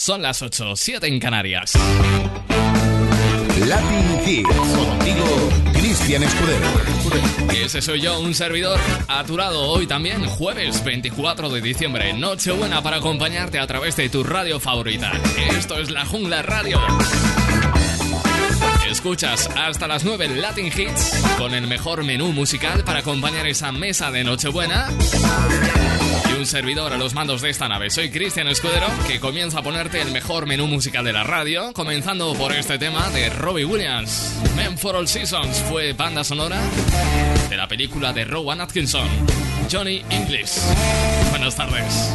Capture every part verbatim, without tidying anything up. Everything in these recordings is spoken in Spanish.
Son las ocho, siete en Canarias. Latin Hits, contigo, Cristian Escudero. Y ese soy yo, un servidor aturado hoy también, jueves veinticuatro de diciembre, Nochebuena, para acompañarte a través de tu radio favorita. Esto es La Jungla Radio. Escuchas hasta las nueve Latin Hits con el mejor menú musical para acompañar esa mesa de Nochebuena. Y un servidor a los mandos de esta nave. Soy Cristian Escudero, que comienza a ponerte el mejor menú musical de la radio, comenzando por este tema de Robbie Williams. Men for All Seasons fue banda sonora de la película de Rowan Atkinson, Johnny English. Buenas tardes.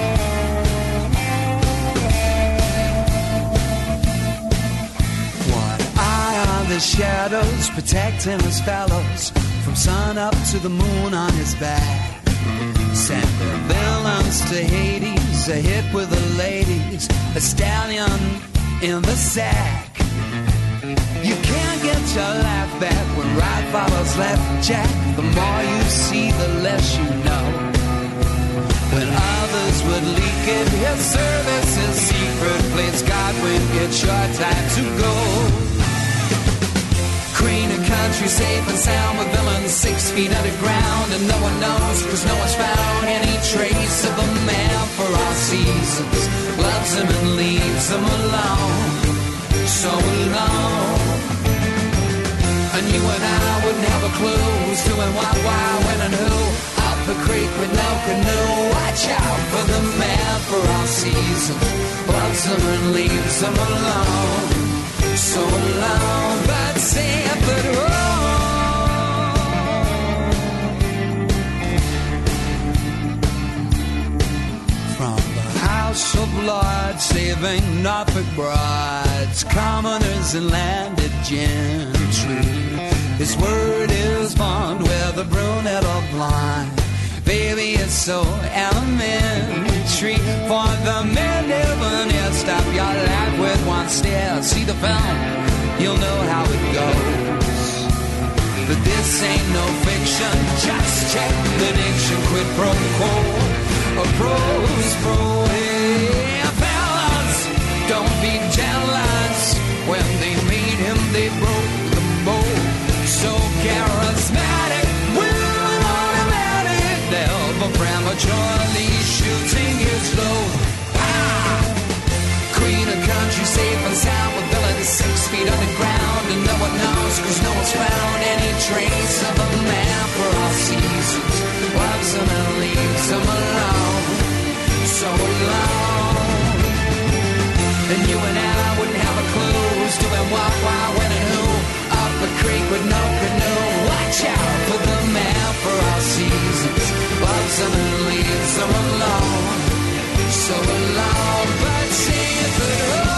The shadows protecting his fellows from sun up to the moon on his back. Sent the villains to Hades, a hit with the ladies, a stallion in the sack. You can't get your laugh back when right follows left, Jack. The more you see, the less you know. When others would leak it, his service is secret. Please God, when it's your time to go. Green and country, safe and sound, with villains six feet underground, and no one knows, cause no one's found any trace of a man for all seasons. Loves him and leaves him alone, so alone. And you and I wouldn't have a clue who's doing what, why, when and who. Up the creek with no canoe, watch out for the man for all seasons. Loves him and leaves him alone, so alone, but safe at home. From the House of Lords, saving Norfolk brides, commoners and landed gentry. His word is bond, whether brunette or blind. Baby, it's so elementary. For the men never near, stop your life with one stare. See the film, you'll know how it goes. But this ain't no fiction, just check the diction. Quid pro quo, a pro's pro. Hey, fellas, don't be jealous. When they made him, they broke the mold. So charismatic, will automatic, never prematurely shooting his load. Ah! Queen of country, safe and sound, with villains six feet underground, and no one knows, cause no one's found any trace of a man for all seasons. Loves him and leaves him alone, so alone. And you and I wouldn't have a clue who's doing what, why, when and who. Up a creek with no canoe, watch out for the man for all seasons. Loves him and leaves him alone, so alone, but safe at home.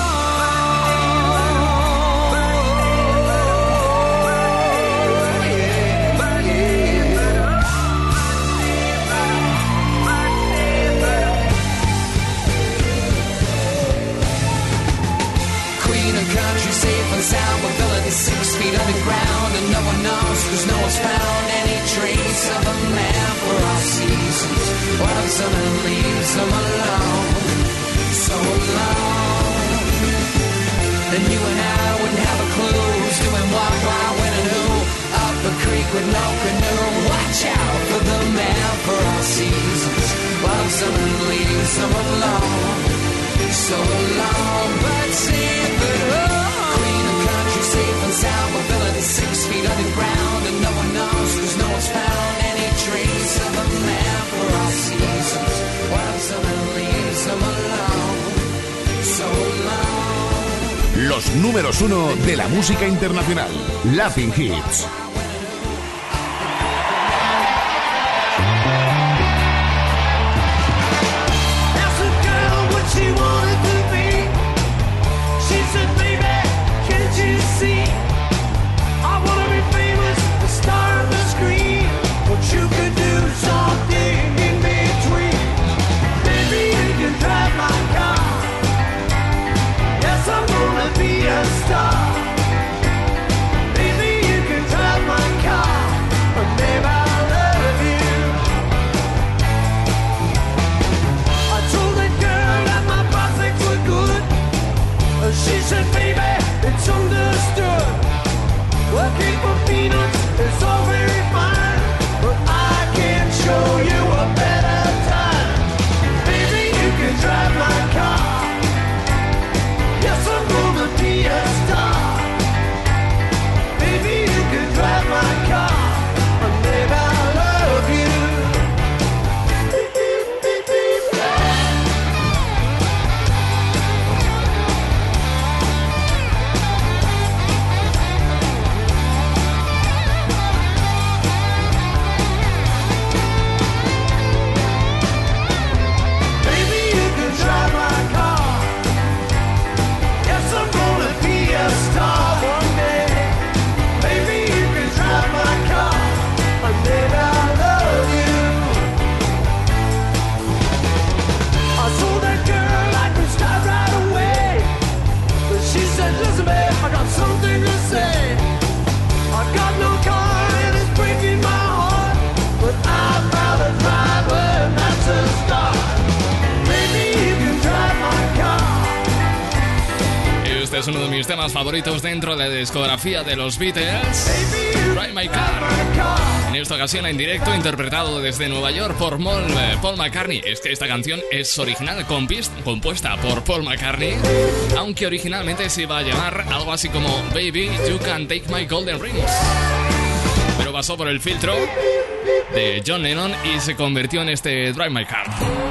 Queen of country, safe and sound, with villains six feet underground, and no one knows, cause no one's found any trace of a man for all seasons. Loves him and leaves him alone, so alone. And you and I wouldn't have a clue who's doing what, why, when and who. Up a creek with no canoe, watch out for the man for all seasons. Loves him and leaves him alone, so alone, but safe at home. Queen of country, safe and sound, with villains six feet underground, and no one knows, cause no one's found any trace of a man for all seasons. Loves him and leaves him alone, so alone. Los números uno de la música internacional, Latin Hits. I told that girl that my prospects were good. She said, baby, it's understood. Working for peanuts is all very fine, but I can show you a better time. Baby, you can drive my car. Yes, I'm gonna be a star. Baby, you can drive my car. And baby, I love you. Beep, beep, beep, beep. Baby, you can drive my car. Yes, I'm gonna be a star one day. Baby, you can drive my car. And baby, I love you. I told that girl I could start right away, but she said, listen, babe, I got something to say. I got no car and it's breaking my heart, but I'd rather drive when that's a start. Baby, you can drive my car. Este es uno de mis temas favoritos dentro de la discografía de los Beatles, Drive My Car. En esta ocasión en directo, interpretado desde Nueva York por Paul, Paul McCartney. Es que esta canción es original, compis, compuesta por Paul McCartney, aunque originalmente se iba a llamar algo así como Baby, You Can Take My Golden Rings. Pero pasó por el filtro de John Lennon y se convirtió en este Drive My Car.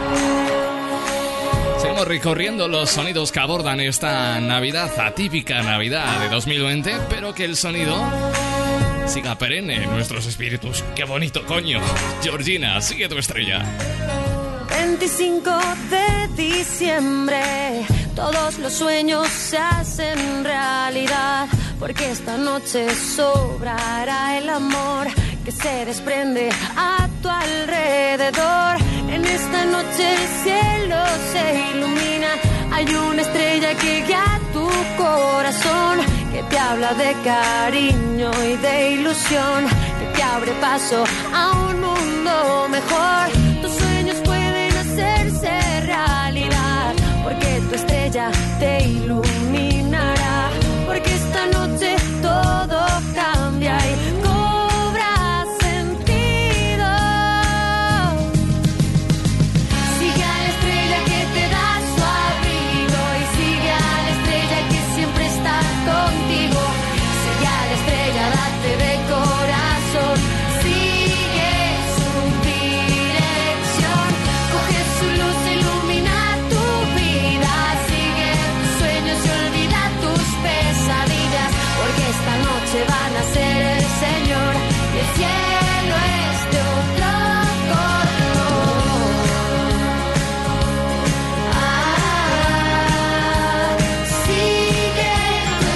Seguimos recorriendo los sonidos que abordan esta Navidad, atípica Navidad de dos mil veinte, pero que el sonido siga perenne en nuestros espíritus. ¡Qué bonito, coño! Georgina, sigue tu estrella. veinticinco de diciembre, todos los sueños se hacen realidad, porque esta noche sobrará el amor que se desprende a tu alrededor. En esta noche el cielo se ilumina, hay una estrella que guía tu corazón, que te habla de cariño y de ilusión, que te abre paso a un mundo mejor. Tus sueños pueden hacerse realidad, porque tu estrella te iluminará, porque esta noche todo cambia y cobra sentido. Sigue a la estrella que te da su abrigo y sigue a la estrella que siempre está contigo. Sigue a la estrella, date de corazón, sigue su dirección, coge su luz, ilumina tu vida, sigue tus sueños y olvida tus pesadillas, porque esta noche van a ser el Señor y el cielo es de otro color. Ah, sigue tu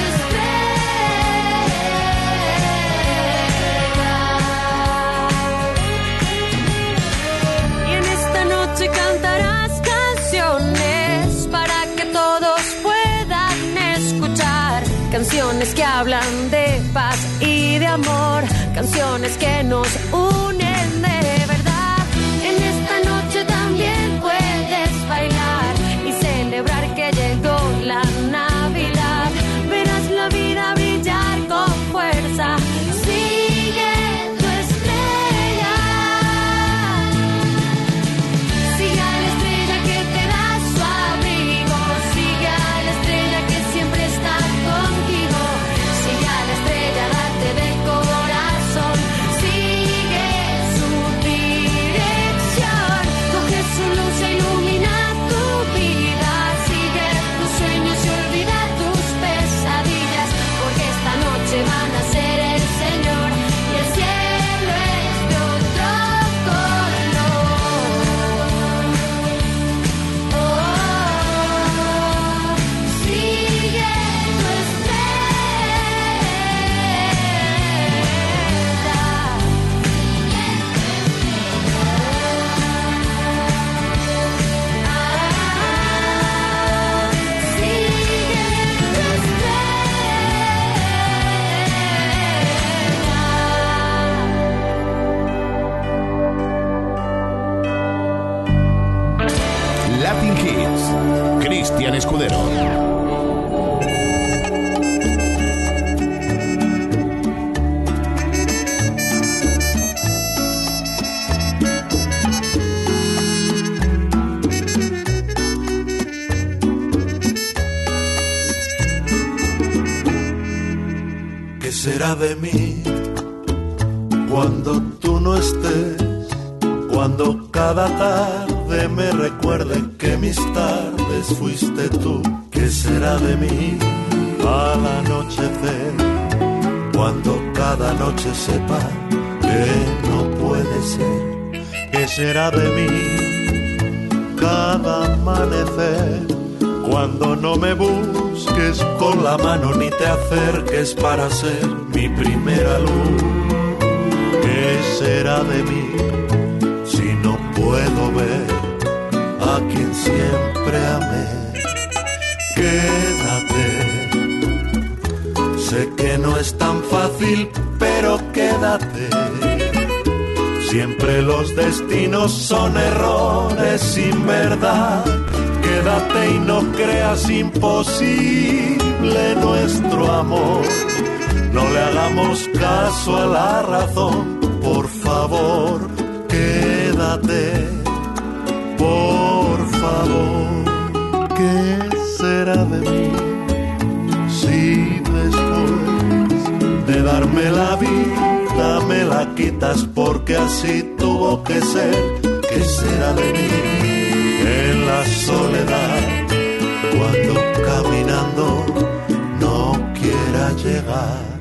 estrella. Y en esta noche cantarás canciones para que todos puedan escuchar, canciones que hablan de paz y de amor, canciones que nos unen de verdad. En esta noche también puedes bailar y celebrar que llegó la Navidad. Verás la vida brillar con fuerza. Sigue tu estrella. Sigue a la estrella que te da su abrigo. Sigue a la estrella que siempre está contigo. Sigue a la estrella, date de corazón. Sigue su dirección. Coge su luz e ilumina tu vida. Sigue tus sueños y olvida tus pesadillas, porque esta noche van a ser el Señor y el cielo es de otro color. Oh, sigue tu Latin Hits, Cristian Escudero. será de mí cuando tú no estés? Cuando cada tarde me recuerde que mis tardes fuiste tú. ¿Qué será de mí al anochecer? Cuando cada noche sepa que no puede ser. ¿Qué será de mí cada amanecer? Cuando no me busques con la mano ni te acerques para ser mi primera luz. ¿Qué será de mí si no puedo ver a quien siempre amé? Quédate, sé que no es tan fácil, pero quédate. Siempre los destinos son errores sin verdad. Quédate y no creas imposible nuestro amor. No le hagamos caso a la razón, por favor. Quédate, por favor. ¿Qué será de mí si después de darme la vida me la quitas porque así tuvo que ser? ¿Qué será de mí en la soledad cuando caminando no quiera llegar?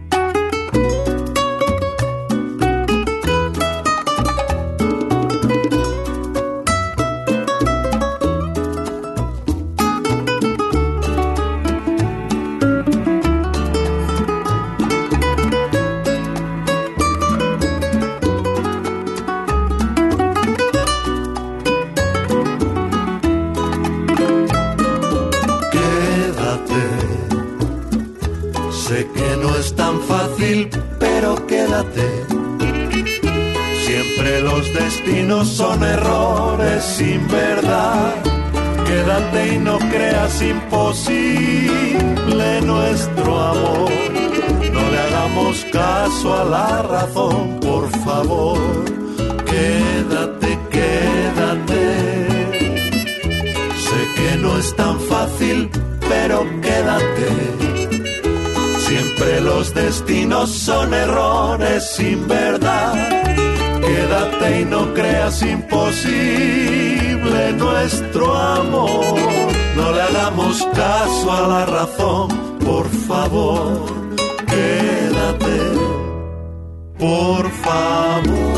Pero quédate. Siempre los destinos son errores sin verdad. Quédate y no creas imposible nuestro amor. No le hagamos caso a la razón, por favor. Quédate, quédate. Sé que no es tan fácil, pero quédate. Siempre los destinos son errores sin verdad. Quédate y no creas imposible nuestro amor. No le hagamos caso a la razón, por favor. Quédate, por favor.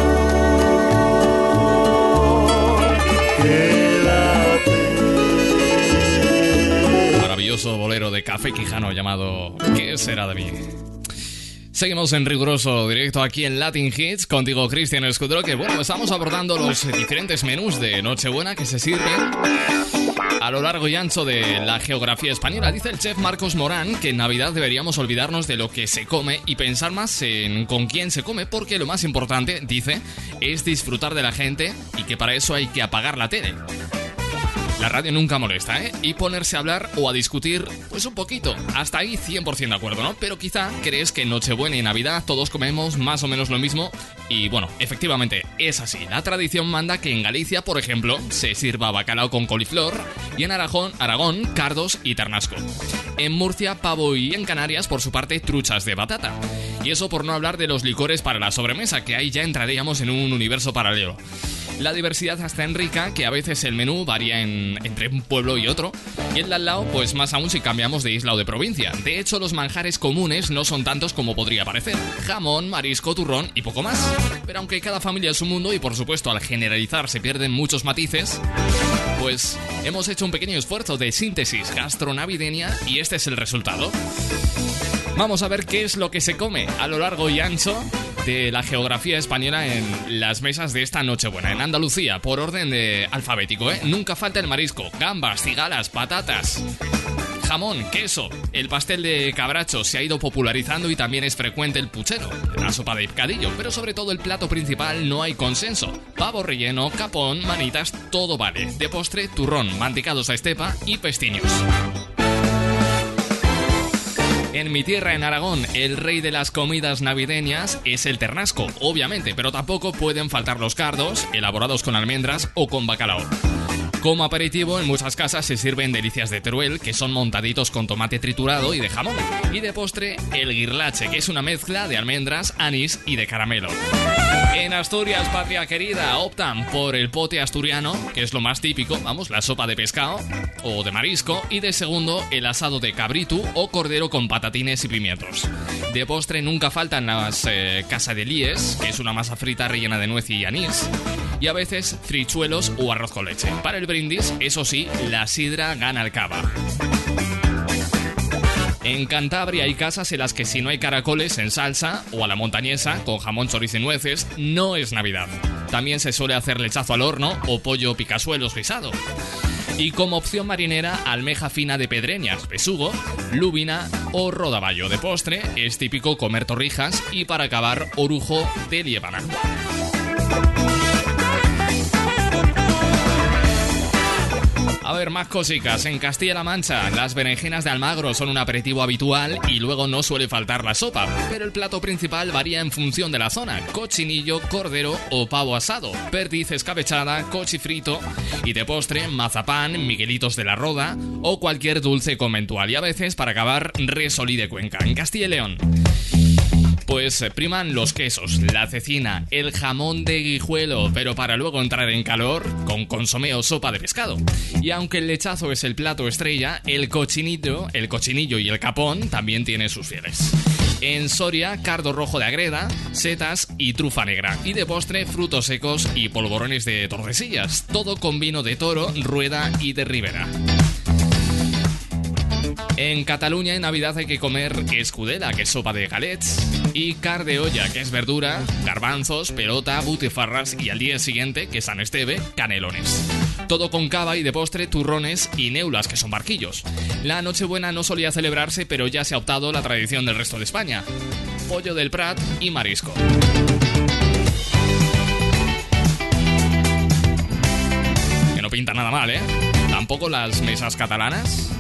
Bolero de Café Quijano llamado ¿Qué será de mí? Seguimos en riguroso directo aquí en Latin Hits contigo, Cristian Escudero, que bueno, estamos abordando los diferentes menús de Nochebuena que se sirven a lo largo y ancho de la geografía española. Dice el chef Marcos Morán que en Navidad deberíamos olvidarnos de lo que se come y pensar más en con quién se come, porque lo más importante, dice, es disfrutar de la gente y que para eso hay que apagar la tele. La radio nunca molesta, ¿eh? Y ponerse a hablar o a discutir, pues un poquito. Hasta ahí cien por ciento de acuerdo, ¿no? Pero quizá crees que en Nochebuena y Navidad todos comemos más o menos lo mismo. Y bueno, efectivamente, es así. La tradición manda que en Galicia, por ejemplo, se sirva bacalao con coliflor. Y en Aragón, Aragón, cardos y ternasco. En Murcia, pavo, y en Canarias, por su parte, truchas de batata. Y eso por no hablar de los licores para la sobremesa, que ahí ya entraríamos en un universo paralelo. La diversidad es tan rica que a veces el menú varía en, entre un pueblo y otro, y el de al lado, pues más aún si cambiamos de isla o de provincia. De hecho, los manjares comunes no son tantos como podría parecer: jamón, marisco, turrón y poco más. Pero aunque cada familia es un mundo y por supuesto al generalizar se pierden muchos matices, pues hemos hecho un pequeño esfuerzo de síntesis gastronavideña y este es el resultado. Vamos a ver qué es lo que se come a lo largo y ancho de la geografía española en las mesas de esta Nochebuena. En Andalucía, por orden de alfabético, ¿eh? Nunca falta el marisco: gambas, cigalas, patatas, jamón, queso. El pastel de cabracho se ha ido popularizando y también es frecuente el puchero, la sopa de picadillo, pero sobre todo el plato principal no hay consenso: pavo relleno, capón, manitas, todo vale. De postre, turrón, mantecados a estepa y pestiños. En mi tierra, en Aragón, el rey de las comidas navideñas es el ternasco, obviamente, pero tampoco pueden faltar los cardos, elaborados con almendras o con bacalao. Como aperitivo, en muchas casas se sirven delicias de Teruel, que son montaditos con tomate triturado y de jamón. Y de postre, el guirlache, que es una mezcla de almendras, anís y de caramelo. En Asturias, patria querida, optan por el pote asturiano, que es lo más típico, vamos, la sopa de pescado o de marisco, y de segundo, el asado de cabritu o cordero con patatines y pimientos. De postre nunca faltan las eh, casadelíes, que es una masa frita rellena de nuez y anís, y a veces frichuelos o arroz con leche. Para el brindis, eso sí, la sidra gana al cava. En Cantabria hay casas en las que si no hay caracoles en salsa o a la montañesa con jamón, chorizo y nueces, no es Navidad. También se suele hacer lechazo al horno o pollo picasuelos guisado. Y como opción marinera, almeja fina de pedreñas, besugo, lúbina o rodaballo. De postre es típico comer torrijas y para acabar, orujo de liébana. A ver, más cositas. En Castilla-La Mancha, las berenjenas de Almagro son un aperitivo habitual y luego no suele faltar la sopa. Pero el plato principal varía en función de la zona. Cochinillo, cordero o pavo asado. Perdiz escabechada, cochifrito y de postre, mazapán, miguelitos de la Roda o cualquier dulce conventual. Y a veces, para acabar, resolí de Cuenca. En Castilla y León, pues priman los quesos, la cecina, el jamón de Guijuelo, pero para luego entrar en calor con consomé o sopa de pescado. Y aunque el lechazo es el plato estrella, el cochinillo, el cochinillo y el capón también tienen sus fieles. En Soria, cardo rojo de Agreda, setas y trufa negra. Y de postre, frutos secos y polvorones de Tordesillas. Todo con vino de Toro, Rueda y de Ribera. En Cataluña en Navidad hay que comer escudela, que es sopa de galets, y car de olla, que es verdura, garbanzos, pelota, butifarras y al día siguiente, que es San Esteve, canelones. Todo con cava y de postre turrones y neulas, que son barquillos. La Nochebuena no solía celebrarse, pero ya se ha optado la tradición del resto de España. Pollo del Prat y marisco. Que no pinta nada mal, ¿eh? Tampoco las mesas catalanas.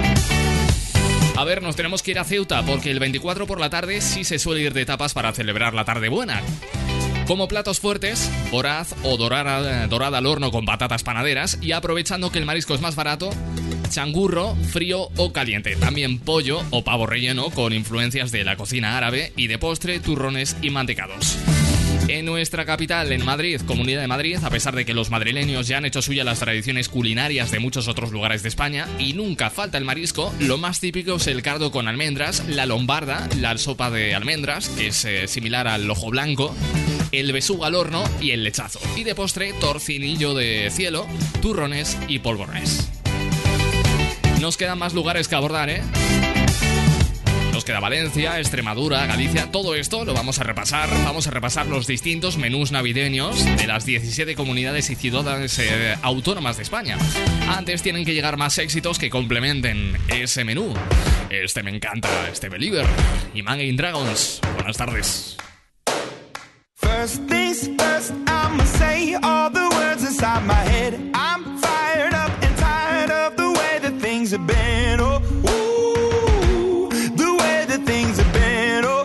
A ver, nos tenemos que ir a Ceuta porque el veinticuatro por la tarde sí se suele ir de tapas para celebrar la tarde buena. Como platos fuertes, voraz o dorada, dorada al horno con patatas panaderas, y aprovechando que el marisco es más barato, changurro, frío o caliente. También pollo o pavo relleno con influencias de la cocina árabe, y de postre, turrones y mantecados. En nuestra capital, en Madrid, Comunidad de Madrid, a pesar de que los madrileños ya han hecho suya las tradiciones culinarias de muchos otros lugares de España y nunca falta el marisco, lo más típico es el cardo con almendras, la lombarda, la sopa de almendras, que es eh, similar al ojo blanco, el besugo al horno y el lechazo. Y de postre, torcinillo de cielo, turrones y polvorones. Nos quedan más lugares que abordar, ¿eh? Nos queda Valencia, Extremadura, Galicia. Todo esto lo vamos a repasar. Vamos a repasar los distintos menús navideños de las diecisiete comunidades y ciudades eh, autónomas de España. Antes tienen que llegar más éxitos que complementen ese menú. Este me encanta, este Believer y Imagine Dragons. Buenas tardes. First things first, I'ma say all the words inside my head. I'm fired up and tired of the way that things have been. Oh, ooh, the way that things have been. Oh,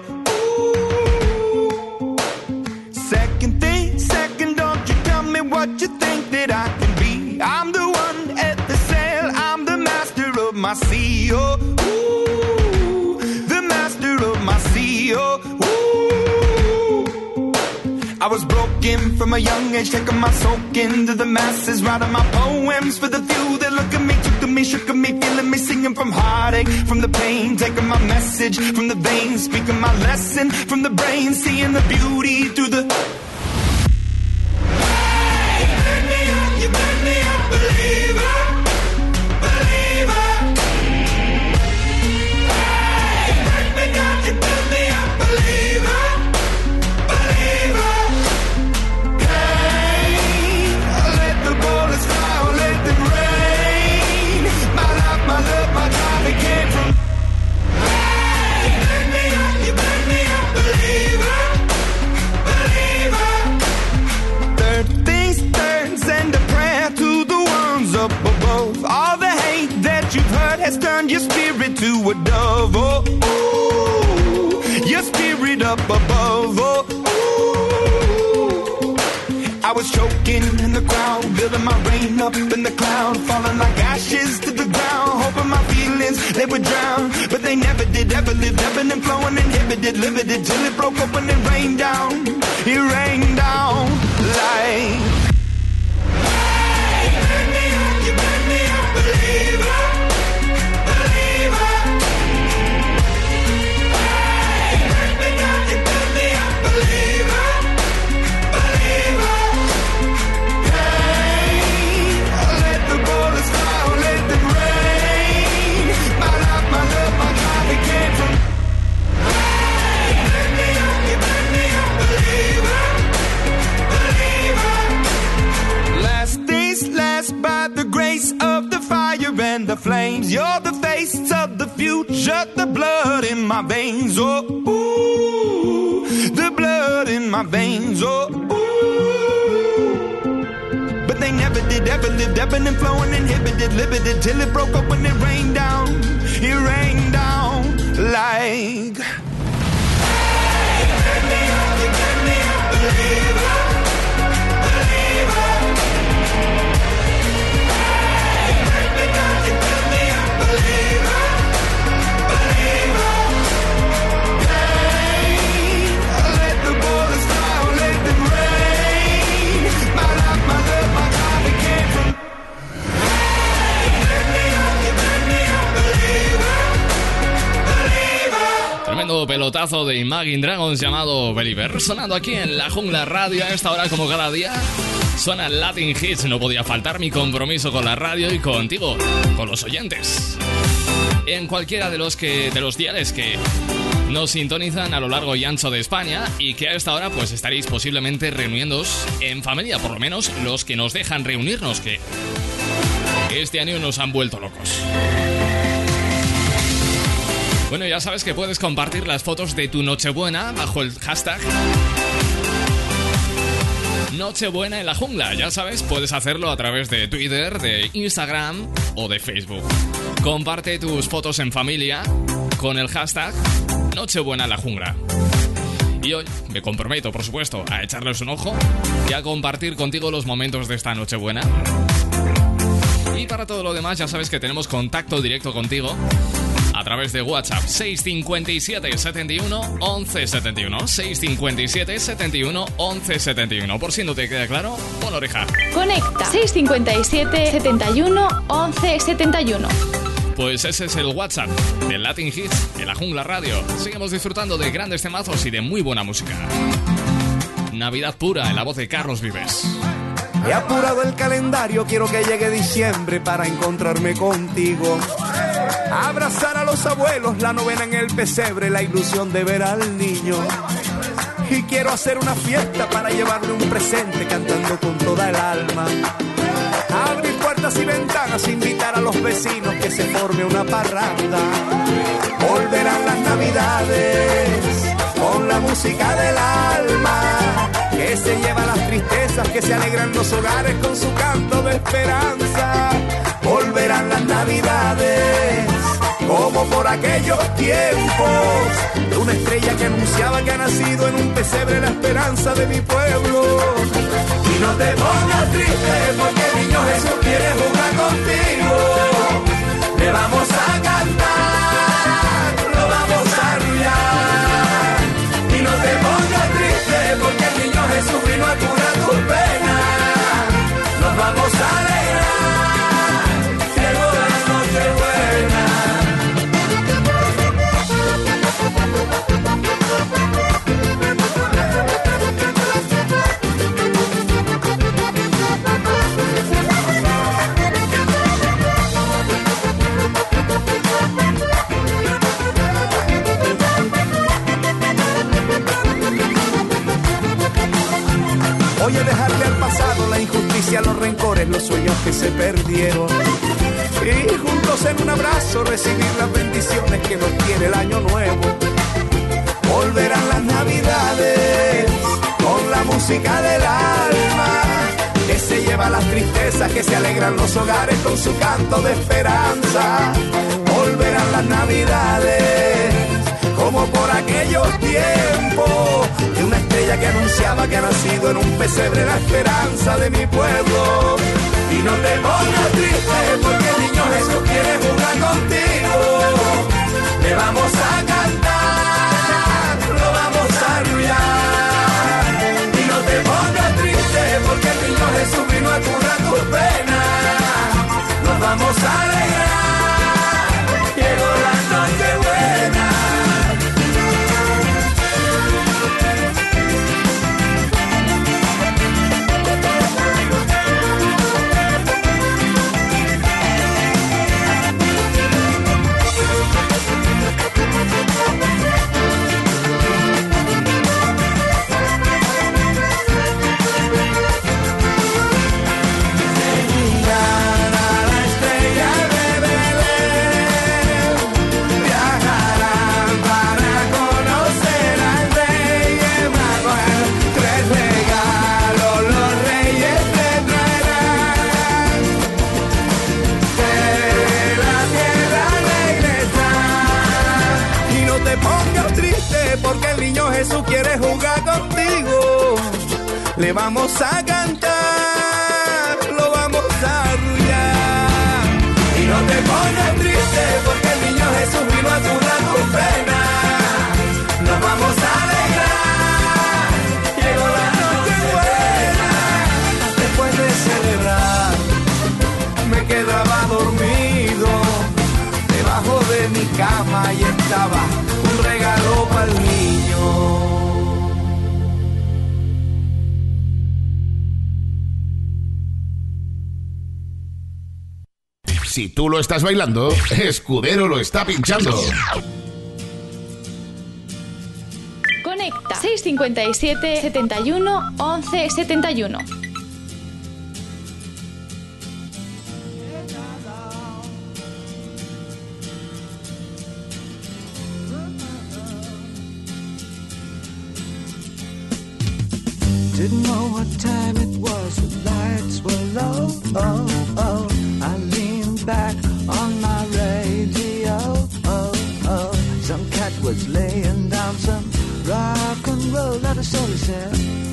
ooh. Second thing, second, don't you tell me what you think that I can be. I'm the one at the sail, I'm the master of my sea. Oh, ooh, the master of my sea. Oh, ooh. I was broken from a young age, taking my soak into the masses, writing my poems for the few that look at me, took to me, shook at me, feeling me, singing from heartache, from the pain, taking my message from the veins, speaking my lesson from the brain, seeing the beauty through the... Hey, you burn me up, you burn me up, believer, believer. Hey, you burn me down, you burn me up, believer. All the hate that you've heard has turned your spirit to a dove. Oh, ooh, your spirit up above. Oh, ooh. I was choking in the crowd, building my rain up in the cloud, falling like ashes to the ground, hoping my feelings, they would drown, but they never did, ever lived, ebbing and flowing, inhibited, limited, till it broke up and it rained down, it rained down like... Hey, burn me up, you burn me up, believer, believer. Hey, burn me up, you burn me up, believer, believer. Hey, let the bullets fly, let them rain. My life, my love, my God, it came from... Hey, burn me up, you burn me up, believer, believer. Last days last by the grace of the fire and the flames. You're the face of the future, the blood in my veins. Oh, ooh, the blood in my veins. Oh, ooh. But they never did, ever lived, ebbing and flowing, inhibited, limited, till it broke up when it rained down. It rained down like... Hey, burn me up, you burn me up, believer, believer. Hey, burn me up, you burn me up, believer, believer. Hey, let the bullets fly, let them rain. My life, my love, my God, it came from... Hey, burn me up, you burn me up, believer, believer. Tremendo pelotazo de Imagine Dragons llamado Believer, sonando aquí en La Jungla Radio a esta hora como cada día. Suena Latin Hits, no podía faltar mi compromiso con la radio y contigo, con los oyentes. En cualquiera de los que de los diales que nos sintonizan a lo largo y ancho de España y que a esta hora pues estaréis posiblemente reuniéndoos en familia, por lo menos los que nos dejan reunirnos, que este año nos han vuelto locos. Bueno, ya sabes que puedes compartir las fotos de tu Nochebuena bajo el hashtag Nochebuena en la Jungla. Ya sabes, puedes hacerlo a través de Twitter, de Instagram o de Facebook. Comparte tus fotos en familia con el hashtag Nochebuena en la Jungla. Y hoy me comprometo, por supuesto, a echarles un ojo y a compartir contigo los momentos de esta Nochebuena. Y para todo lo demás, ya sabes que tenemos contacto directo contigo a través de WhatsApp seis cinco siete, setenta y uno, once setenta y uno, seis cinco siete, setenta y uno, once setenta y uno. Por si no te queda claro, pon oreja. Conecta seis cinco siete, setenta y uno, once setenta y uno. Pues ese es el WhatsApp de Latin Hits en La Jungla Radio. Seguimos disfrutando de grandes temazos y de muy buena música. Navidad pura en la voz de Carlos Vives. He apurado el calendario, quiero que llegue diciembre para encontrarme contigo. Abrazar a los abuelos, la novena en el pesebre, la ilusión de ver al niño. Y quiero hacer una fiesta para llevarle un presente cantando con toda el alma. Abrir puertas y ventanas, invitar a los vecinos que se forme una parranda. Volverán las navidades con la música del alma, que se lleva las tristezas, que se alegran los hogares con su canto de esperanza. Volverán las navidades como por aquellos tiempos, de una estrella que anunciaba que ha nacido en un pesebre la esperanza de mi pueblo. Y no te pongas triste porque el niño Jesús quiere jugar contigo. Le vamos a cantar, lo vamos a arrullar. Y no te pongas triste porque el niño Jesús vino a curar tus penas. Nos vamos a alegrar, llegó la Nochebuena. Oye, dejarle al pasado la injusticia, los rencores, los sueños que se perdieron. Y juntos en un abrazo recibir las bendiciones que nos tiene el año nuevo. Volverán las navidades con la música del alma, que se lleva las tristezas, que se alegran los hogares con su canto de esperanza. Volverán las navidades como por aquellos tiempos, de una estrella que que anunciaba que ha nacido en un pesebre la esperanza de mi pueblo. Y no te pongas triste porque el niño Jesús quiere jugar contigo. Le vamos a cantar, lo vamos a arrullar. Y no te pongas triste porque el niño Jesús vino a curar tus penas. Nos vamos a alegrar, llegó la noche buena. Jesús quiere jugar contigo. Le vamos a cantar, lo vamos a arrullar. Y no te pongas triste porque el niño Jesús vino a curar tu pena. Nos vamos a alegrar, llegó la noche buena. Después de celebrar me quedaba dormido debajo de mi cama y estaba un regalo para el niño. Si tú lo estás bailando, Escudero lo está pinchando. Conecta seis cinco siete, setenta y uno, once, setenta y uno. Didn't know what time it was, the lights were low, oh, oh. I leaned back on my radio, oh, oh. Some cat was laying down some rock and roll, that is all he said.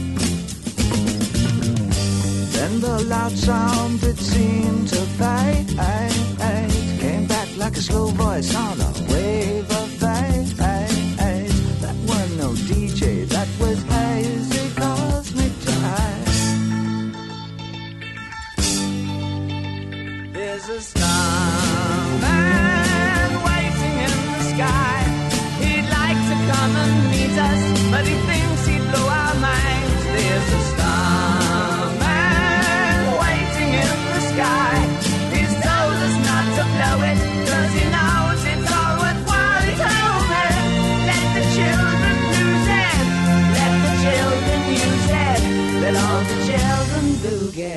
Then the loud sound, it seemed to fade, came back like a slow voice on a wave of fade. That wasn't no D J, that was hazy cosmic time. There's a starman waiting in the sky. He'd like to come and meet us, but he thinks he'd blow our minds. There's a starman waiting in the sky. He's told us not to blow it, cause he knows it's all worthwhile. He told me, let the children lose it, let the children use it, let all the children boogie.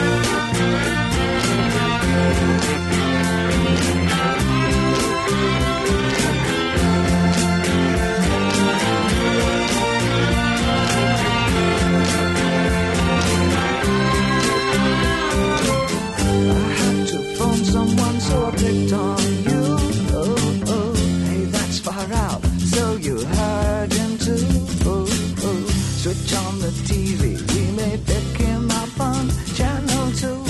Someone, so I picked on you. Oh, oh, hey, that's far out. So you heard him too. Oh, oh, switch on the T V. We may pick him up on channel two.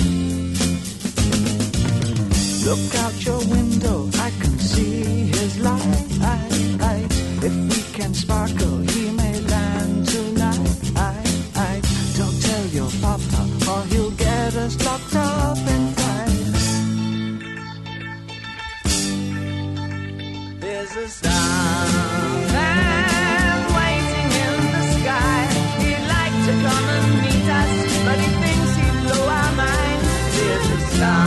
Look out your window, I can see his light. If we can sparkle, he may land tonight. Don't tell your papa, or he'll get us locked up in time. There's a starman waiting in the sky. He'd like to come and meet us, but he thinks he'd blow our minds. There's a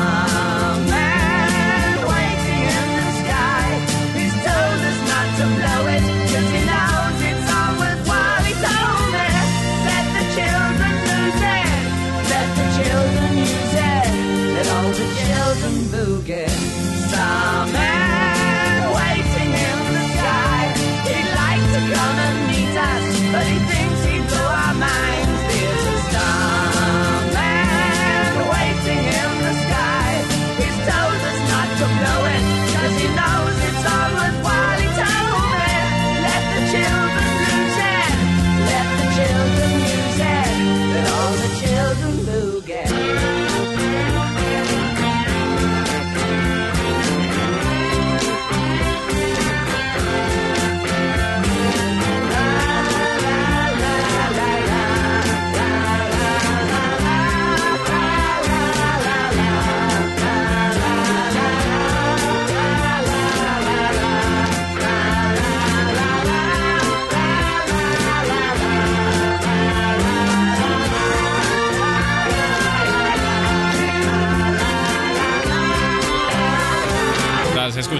starman waiting in the sky. He's told us not to blow it, cause he knows it's all worthwhile. He told me, let the children lose it, let the children use it, let all the children boogie. Starman waiting in the sky.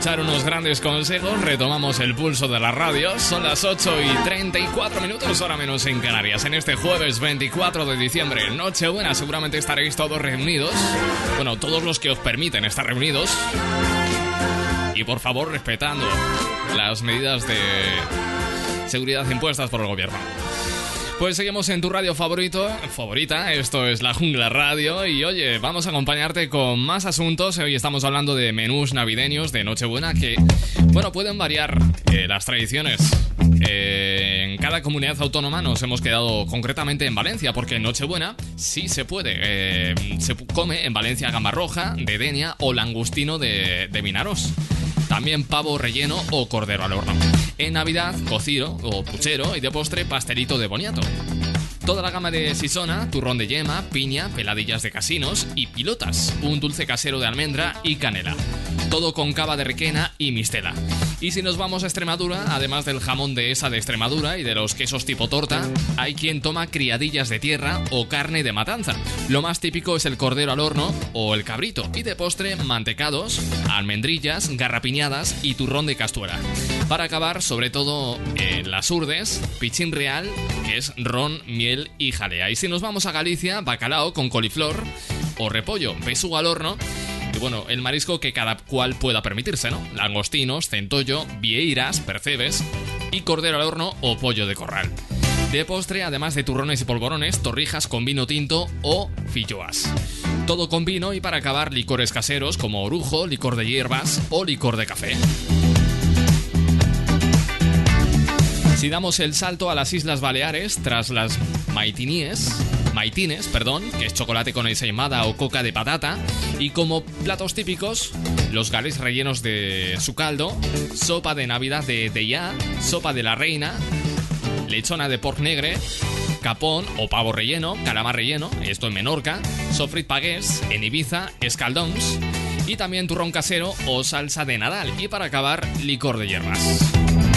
escuchar unos grandes consejos, retomamos el pulso de la radio. Son las ocho y treinta y cuatro minutos, hora menos en Canarias. En este jueves veinticuatro de diciembre, Nochebuena, seguramente estaréis todos reunidos. Bueno, todos los que os permiten estar reunidos. Y por favor, respetando las medidas de seguridad impuestas por el gobierno. Pues seguimos en tu radio favorito, favorita, esto es La Jungla Radio. Y oye, vamos a acompañarte con más asuntos. Hoy estamos hablando de menús navideños de Nochebuena que, bueno, pueden variar eh, las tradiciones. Eh, en cada comunidad autónoma nos hemos quedado concretamente en Valencia, porque en Nochebuena sí se puede. Eh, se come en Valencia gamba roja, de Denia o langostino de, de Vinaròs. También pavo relleno o cordero al horno. En Navidad, cocido o puchero y de postre pastelito de boniato. Toda la gama de sisona, turrón de yema, piña, peladillas de casinos y pilotas. Un dulce casero de almendra y canela. Todo con cava de requena y mistela. Y si nos vamos a Extremadura, además del jamón de esa de Extremadura y de los quesos tipo torta, hay quien toma criadillas de tierra o carne de matanza. Lo más típico es el cordero al horno o el cabrito. Y de postre, mantecados, almendrillas, garrapiñadas y turrón de castuera. Para acabar, sobre todo en las urdes, pichín real, que es ron, miel y jalea. Y si nos vamos a Galicia, bacalao con coliflor o repollo, besugo al horno. Y bueno, el marisco que cada cual pueda permitirse, ¿no? Langostinos, centollo, vieiras, percebes y cordero al horno o pollo de corral. De postre, además de turrones y polvorones, torrijas con vino tinto o filloas. Todo con vino y para acabar, licores caseros como orujo, licor de hierbas o licor de café. Si damos el salto a las Islas Baleares, tras las maitinies... maitines, perdón, que es chocolate con ensaimada o coca de patata, y como platos típicos, los galés rellenos de su caldo, sopa de Navidad de Deià, sopa de la reina, lechona de porc negre, capón o pavo relleno, calamar relleno, esto en Menorca, sofrit pagués en Ibiza, escaldons, y también turrón casero o salsa de Nadal, y para acabar, licor de hierbas.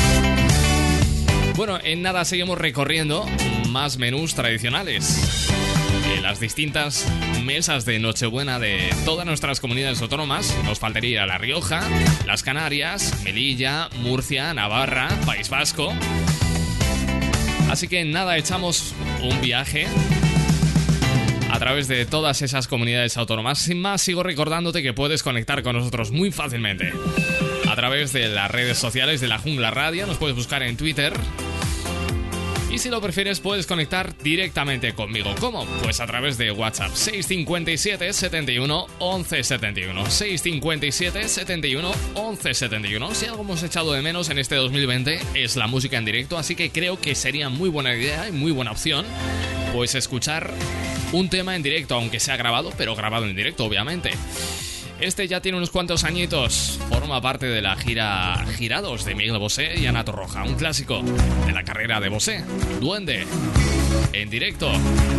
Bueno, en nada seguimos recorriendo más menús tradicionales en las distintas mesas de Nochebuena de todas nuestras comunidades autónomas. Nos faltaría La Rioja, las Canarias, Melilla, Murcia, Navarra, País Vasco. Así que en nada echamos un viaje a través de todas esas comunidades autónomas. Sin más, sigo recordándote que puedes conectar con nosotros muy fácilmente a través de las redes sociales de La Jungla Radio. Nos puedes buscar en Twitter. Y si lo prefieres, puedes conectar directamente conmigo. ¿Cómo? Pues a través de WhatsApp. seis cinco siete, setenta y uno, once setenta y uno. seis cinco siete, setenta y uno, once setenta y uno. Si algo hemos echado de menos en este dos mil veinte es la música en directo, así que creo que sería muy buena idea y muy buena opción pues escuchar un tema en directo, aunque sea grabado, pero grabado en directo, obviamente. Este ya tiene unos cuantos añitos, forma parte de la gira Girados de Miguel Bosé y Ana Torroja, un clásico de la carrera de Bosé, Duende, en directo.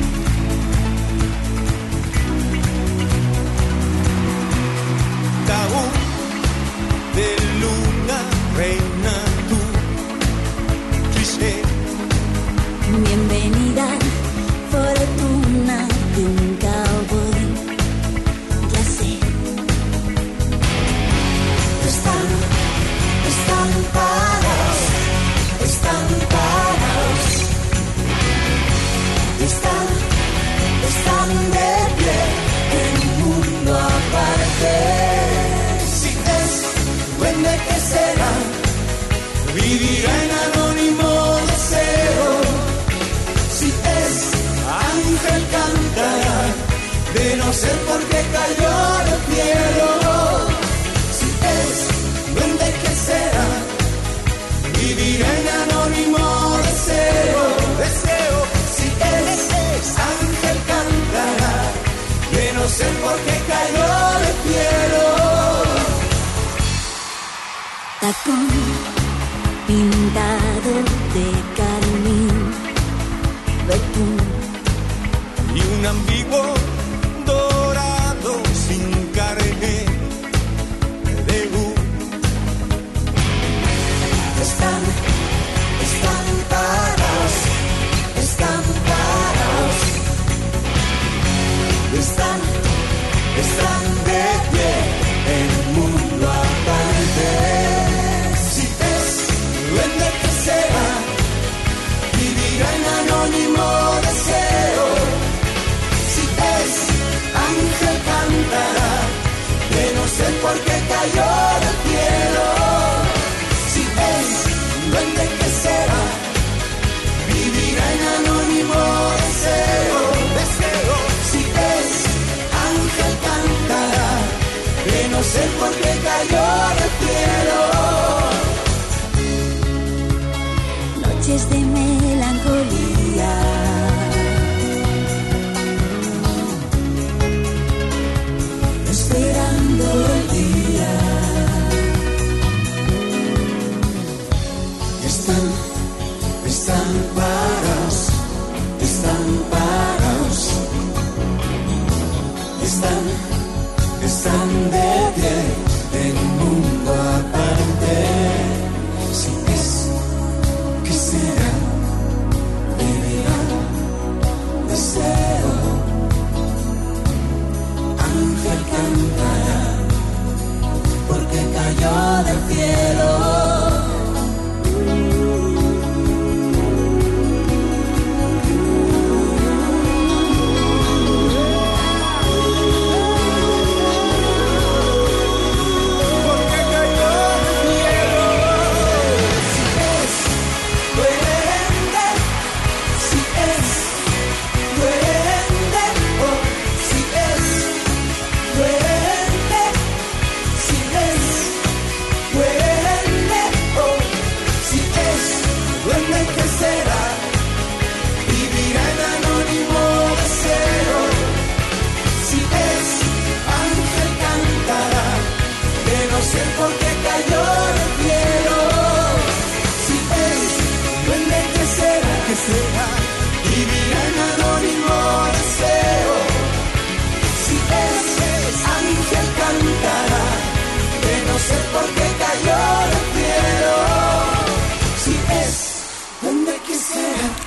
Tabú de luna, reina tú, cliché. Bienvenida, fortuna de un cowboy. Ya sé. Están, están parados, están parados, están, están de pie en un mundo aparte. Si es duende, ¿qué será? Vivirá en anónimo deseo. Si es ángel, cantará, de no ser porque cayó del cielo. Es duende, que será, vivirá en anónimo deseo, deseo. Si es, es ángel, cantará, de no ser porque cayó del cielo. Tacón pintado de carmín, betún y un ambiguo dorado sin carne. Están, están parados, están parados, están, están de pie en un mundo aparte.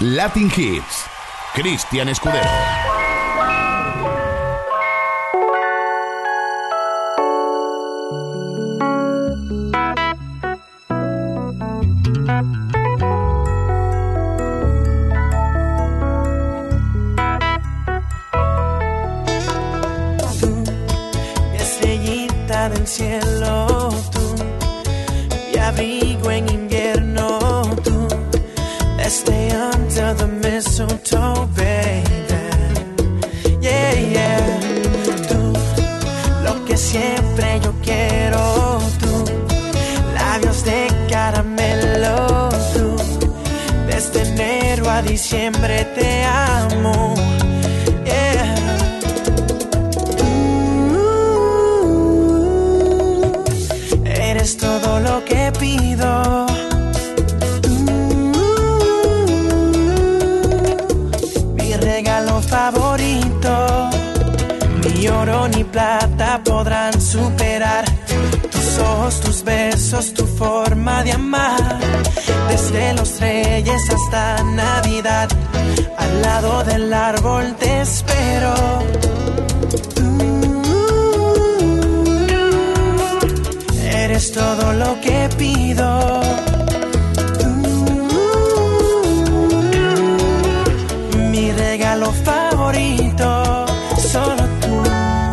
Latin Hits. Cristian Escudero. Del cielo, tú, mi abrigo en invierno, tú, stay under the mistletoe, baby, yeah, yeah, tú, lo que siempre yo quiero, tú, labios de caramelo, tú, desde enero a diciembre te amo, yeah. Es todo lo que pido. Mi regalo favorito. Ni oro ni plata podrán superar tus ojos, tus besos, tu forma de amar. Desde los Reyes hasta Navidad, al lado del árbol te espero. Eres todo lo que pido. Mi regalo favorito, solo tú.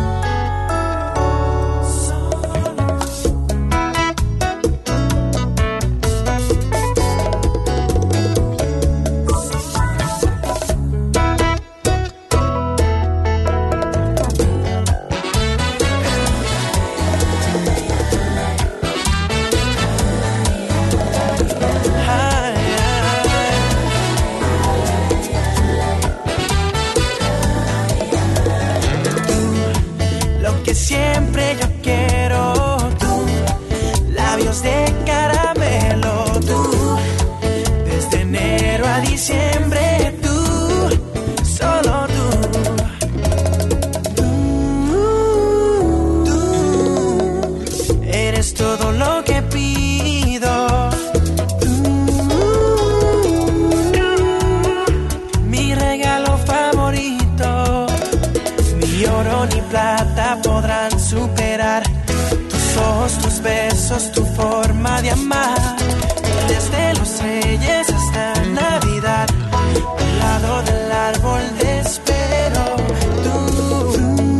Siempre yo quiero, tú, labios de caramelo, tú, desde enero a diciembre, tú, solo tú, tú, tú, eres todo lo que pido, tú, mi regalo favorito, ni oro ni plata podrán superar tus ojos, tus besos, tu forma de amar. Desde los Reyes hasta Navidad, al lado del árbol te espero. Tú,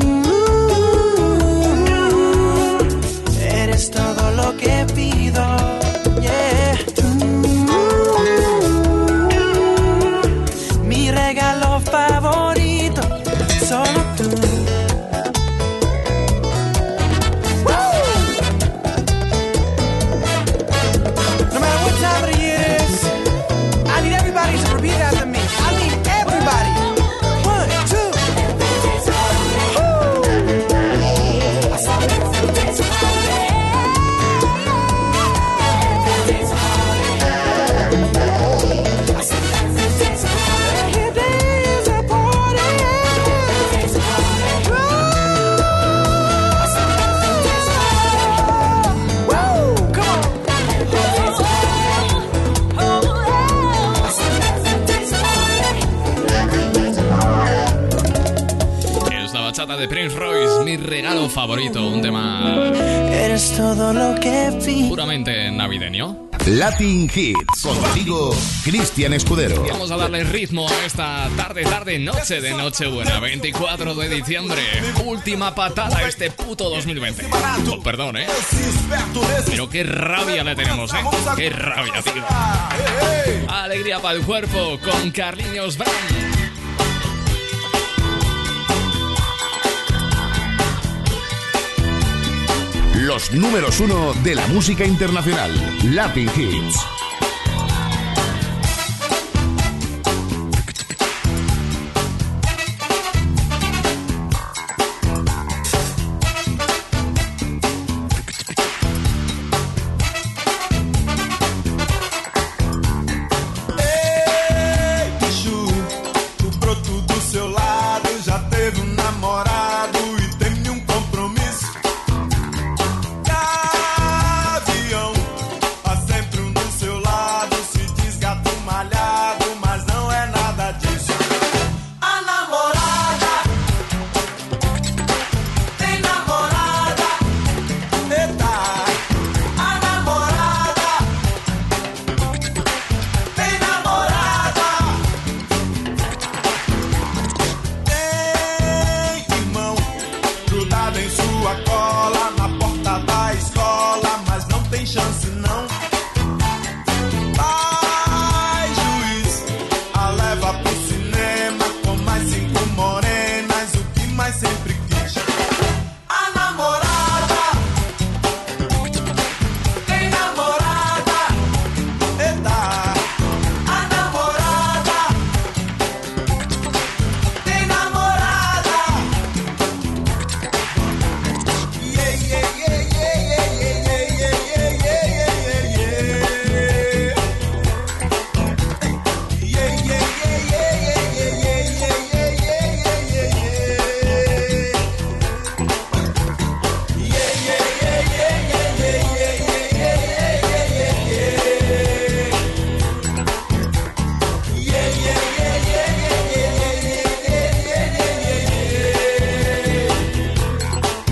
eres todo lo que pido. Yeah. Mi regalo favorito, solo tú. De Prince Royce, mi regalo favorito, un tema eres todo lo que pido, puramente navideño. Latin Hits, contigo, Cristian Escudero. Vamos a darle ritmo a esta tarde, tarde, noche de Nochebuena, veinticuatro de diciembre. Última patada a este puto dos mil veinte. Oh, perdón, ¿eh? Pero qué rabia le tenemos, ¿eh? Qué rabia, tío. Alegría para el cuerpo con Carlinhos Brown. Los números uno de la música internacional, Latin Hits. Ei, bicho, o broto do seu lado já teve um namorado e tem um compromisso. Gavião, há sempre um do seu lado. não. Ai, juiz, a leva pro cinema com mais cinco morenas, o que mais sempre quis. A namorada, tem namorada, eita. A namorada, tem namorada. Yeah, yeah, yeah, yeah, yeah, yeah, yeah, yeah, yeah, yeah, yeah. Yeah, yeah, yeah, yeah, yeah, yeah, yeah, yeah, yeah, yeah, yeah, yeah. Yeah, yeah, yeah, yeah, yeah, yeah, yeah, yeah, yeah, yeah, yeah, yeah. Yeah, yeah, yeah, yeah, yeah, yeah, yeah, yeah, yeah, yeah.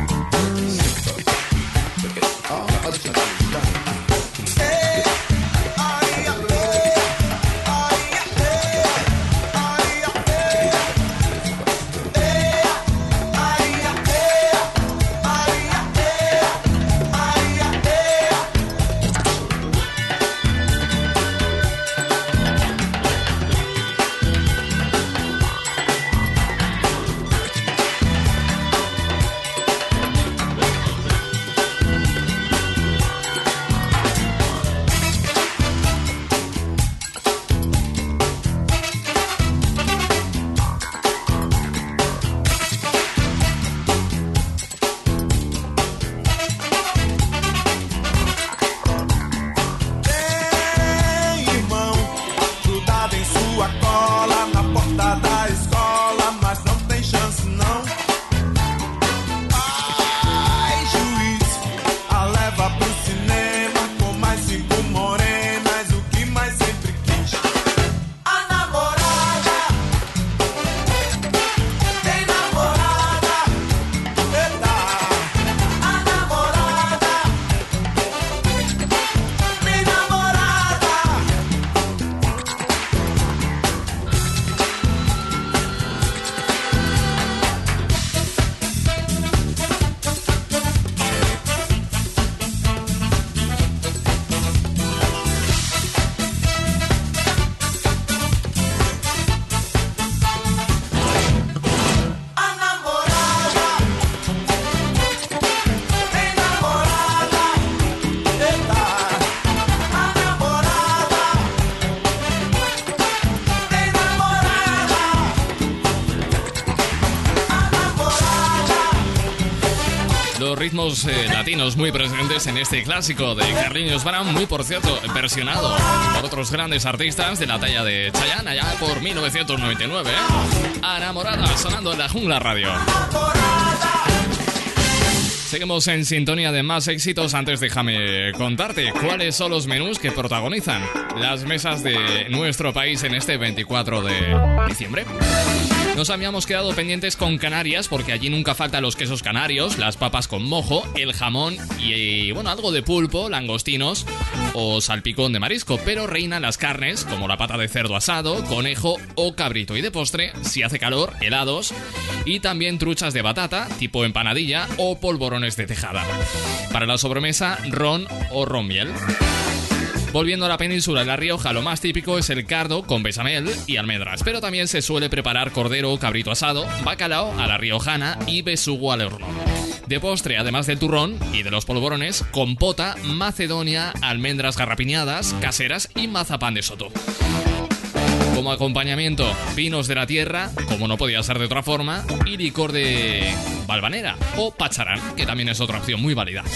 Tem irmão grudado em sua cola na porta da escola, mas não tem chance não. Ai, juiz, a leva pro cinema com mais cinco morenas, o que mais sempre quis. A namorada, tem namorada, eita. A namorada, tem namorada. A namorada, tem namorada, eita. A namorada, tem namorada. A namorada. Los ritmos eh, latinos muy presentes en este clásico de Carlinhos Brown, muy por cierto versionado por otros grandes artistas de la talla de Chayanne allá por mil novecientos noventa y nueve. ¿eh? Enamorada, sonando en la Jungla Radio. Seguimos en sintonía de más éxitos. Antes déjame contarte cuáles son los menús que protagonizan las mesas de nuestro país en este veinticuatro de diciembre. Nos habíamos quedado pendientes con Canarias porque allí nunca faltan los quesos canarios, las papas con mojo, el jamón y, bueno, algo de pulpo, langostinos o salpicón de marisco, pero reinan las carnes como la pata de cerdo asado, conejo o cabrito, y de postre, si hace calor, helados y también truchas de batata tipo empanadilla o polvorones de tejada. Para la sobremesa, ron o ron miel. Volviendo a la península de La Rioja, lo más típico es el cardo con bechamel y almendras, pero también se suele preparar cordero o cabrito asado, bacalao a la riojana y besugo al horno. De postre, además del turrón y de los polvorones, compota, macedonia, almendras garrapiñadas, caseras y mazapán de soto. Como acompañamiento, vinos de la tierra, como no podía ser de otra forma, y licor de valvanera o pacharán, que también es otra opción muy válida.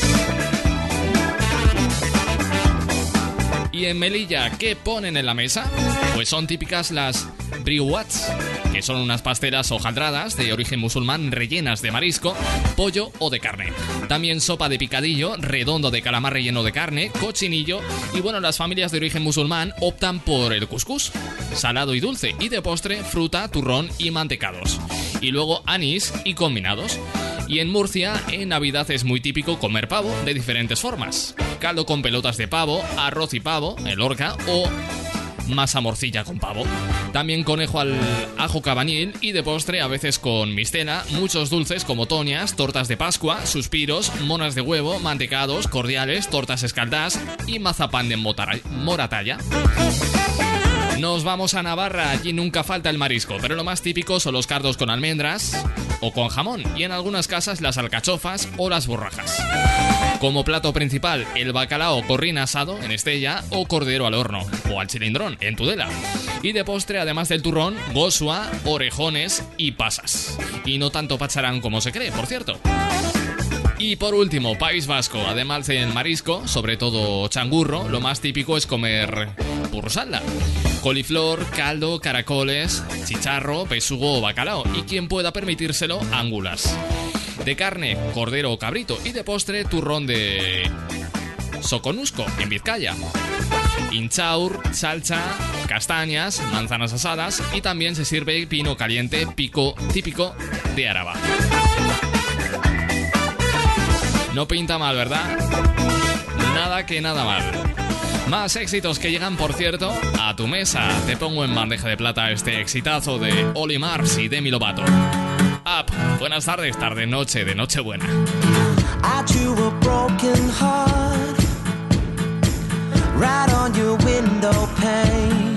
Y en Melilla, ¿qué ponen en la mesa? Pues son típicas las briouats, que son unas pastelas hojaldradas de origen musulmán rellenas de marisco, pollo o de carne. También sopa de picadillo, redondo de calamar relleno de carne, cochinillo y, bueno, las familias de origen musulmán optan por el cuscús, salado y dulce, y de postre fruta, turrón y mantecados. Y luego anís y combinados. Y en Murcia, en Navidad es muy típico comer pavo de diferentes formas. Caldo con pelotas de pavo, arroz y pavo, el Lorca, o masa morcilla con pavo. También conejo al ajo cabañil y de postre a veces con mistela, muchos dulces como toñas, tortas de Pascua, suspiros, monas de huevo, mantecados, cordiales, tortas escaldás y mazapán de motara- moratalla. Nos vamos a Navarra, allí nunca falta el marisco, pero lo más típico son los cardos con almendras o con jamón y en algunas casas las alcachofas o las borrajas. Como plato principal, el bacalao corrín asado en Estella o cordero al horno o al cilindrón en Tudela. Y de postre, además del turrón, gosua, orejones y pasas. Y no tanto pacharán como se cree, por cierto. Y por último, País Vasco, además del marisco, sobre todo changurro, lo más típico es comer bursalda, coliflor, caldo, caracoles, chicharro, besugo o bacalao, y quien pueda permitírselo, ángulas. De carne, cordero o cabrito, y de postre, turrón de Soconusco, en Vizcaya. Inchaur, salsa, castañas, manzanas asadas, y también se sirve vino caliente, pico típico de Araba. No pinta mal, ¿verdad? Nada que nada mal. Más éxitos que llegan, por cierto, a tu mesa. Te pongo en bandeja de plata este exitazo de Oli Mars y Demi Lovato. Up. Buenas tardes, tarde, noche, de Nochebuena. I drew a broken heart right on your window pane.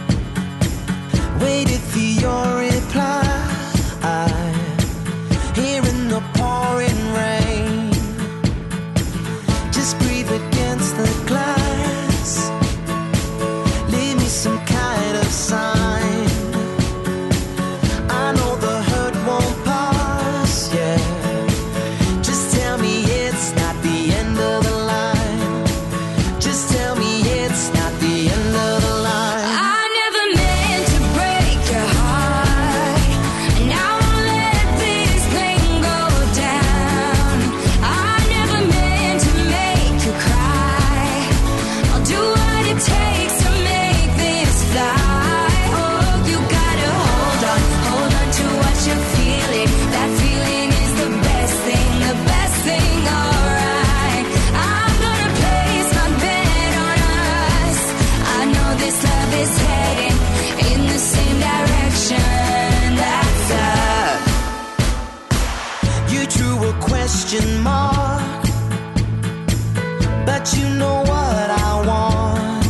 Waited for your reply here in the pouring rain. Just breathe against the glass. Leave me some kind of sign. I know the hurt won't pass, yeah. Just tell me it's not the end of the line. Just tell me it's not the end of the line. I never meant to break your heart, and I won't let this thing go down. I never meant to make you cry. I'll do what it takes to make this fly. Oh, you gotta hold on, hold on to what you're feeling. That feeling is the best thing, the best thing, alright. I'm gonna place my bet on us. I know this love is heading in the same direction. That's up. You drew a question mark, but you know what I want.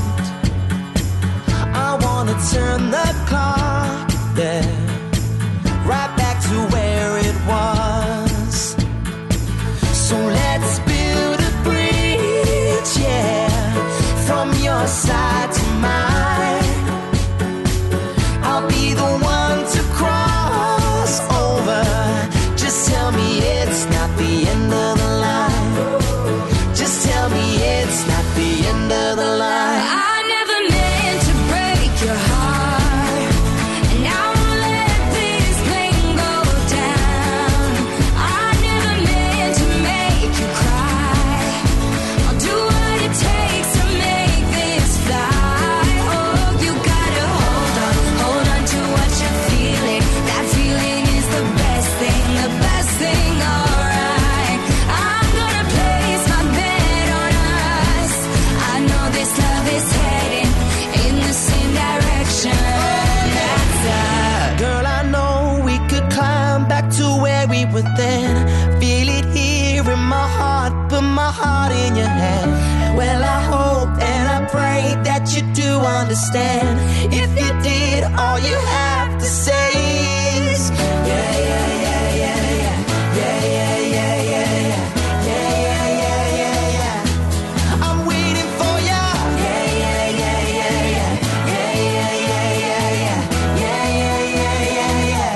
I wanna turn the clock, yeah, right back to where it was. So let's build a bridge, yeah, from your side to mine. I'll be the one to cross over. Just tell me it's not the end of the line. Just tell me it's not the end of the line. I never meant to break your heart, and I won't let this thing go down. I never meant to make you cry. I'll do what it takes to make this fly. Oh, you gotta hold on, hold on to what you're feeling. That feeling is the best thing, the best thing, alright. I'm gonna place my bet on us. I know this love is heading in the same direction. That's up. Girl, I know we could climb back to where we were then. Feel it here in my heart, put my heart in your hand. Well, I hope and I pray that you do understand. If you did, all you have to say is yeah, yeah, yeah, yeah, yeah, yeah, yeah, yeah, yeah, yeah, yeah, yeah, yeah, yeah. I'm waiting for ya. Yeah, yeah, yeah, yeah, yeah, yeah, yeah, yeah, yeah, yeah, yeah, yeah, yeah, yeah.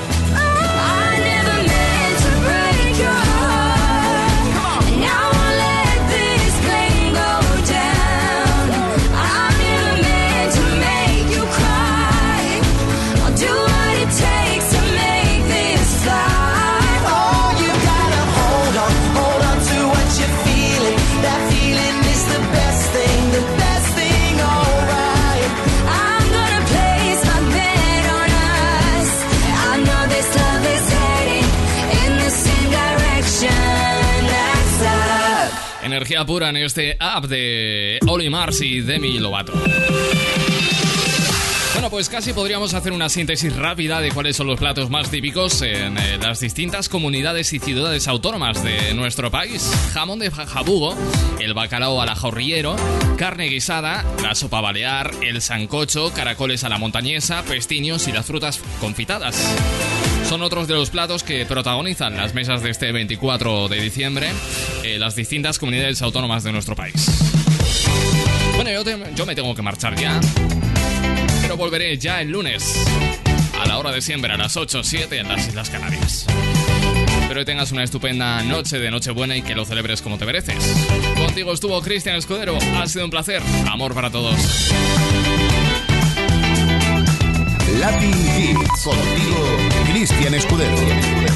I never meant to break your heart, and I won't let this thing go down. I never meant to make you cry. I'll do what it takes to make this fly. Oh, you gotta hold on, hold on to what you're feeling. That feeling is the best thing, the best thing, alright. I'm gonna place my bet on us. I know this love is heading in the same direction. That's up. Energía pura en este app de Oli Mars y Demi Lovato. Bueno, pues casi podríamos hacer una síntesis rápida de cuáles son los platos más típicos en eh, las distintas comunidades y ciudades autónomas de nuestro país. Jamón de jabugo, el bacalao al ajorrillero, carne guisada, la sopa balear, el sancocho, caracoles a la montañesa, pestiños y las frutas confitadas. Son otros de los platos que protagonizan las mesas de este veinticuatro de diciembre en las distintas comunidades autónomas de nuestro país. Bueno, yo, te, yo me tengo que marchar ya, pero volveré ya el lunes a la hora de siempre, a las ocho o siete en las Islas Canarias. Espero que tengas una estupenda noche de Nochebuena y que lo celebres como te mereces. Contigo estuvo Cristian Escudero. Ha sido un placer. Amor para todos. Latin Hits. Contigo, Cristian Escudero.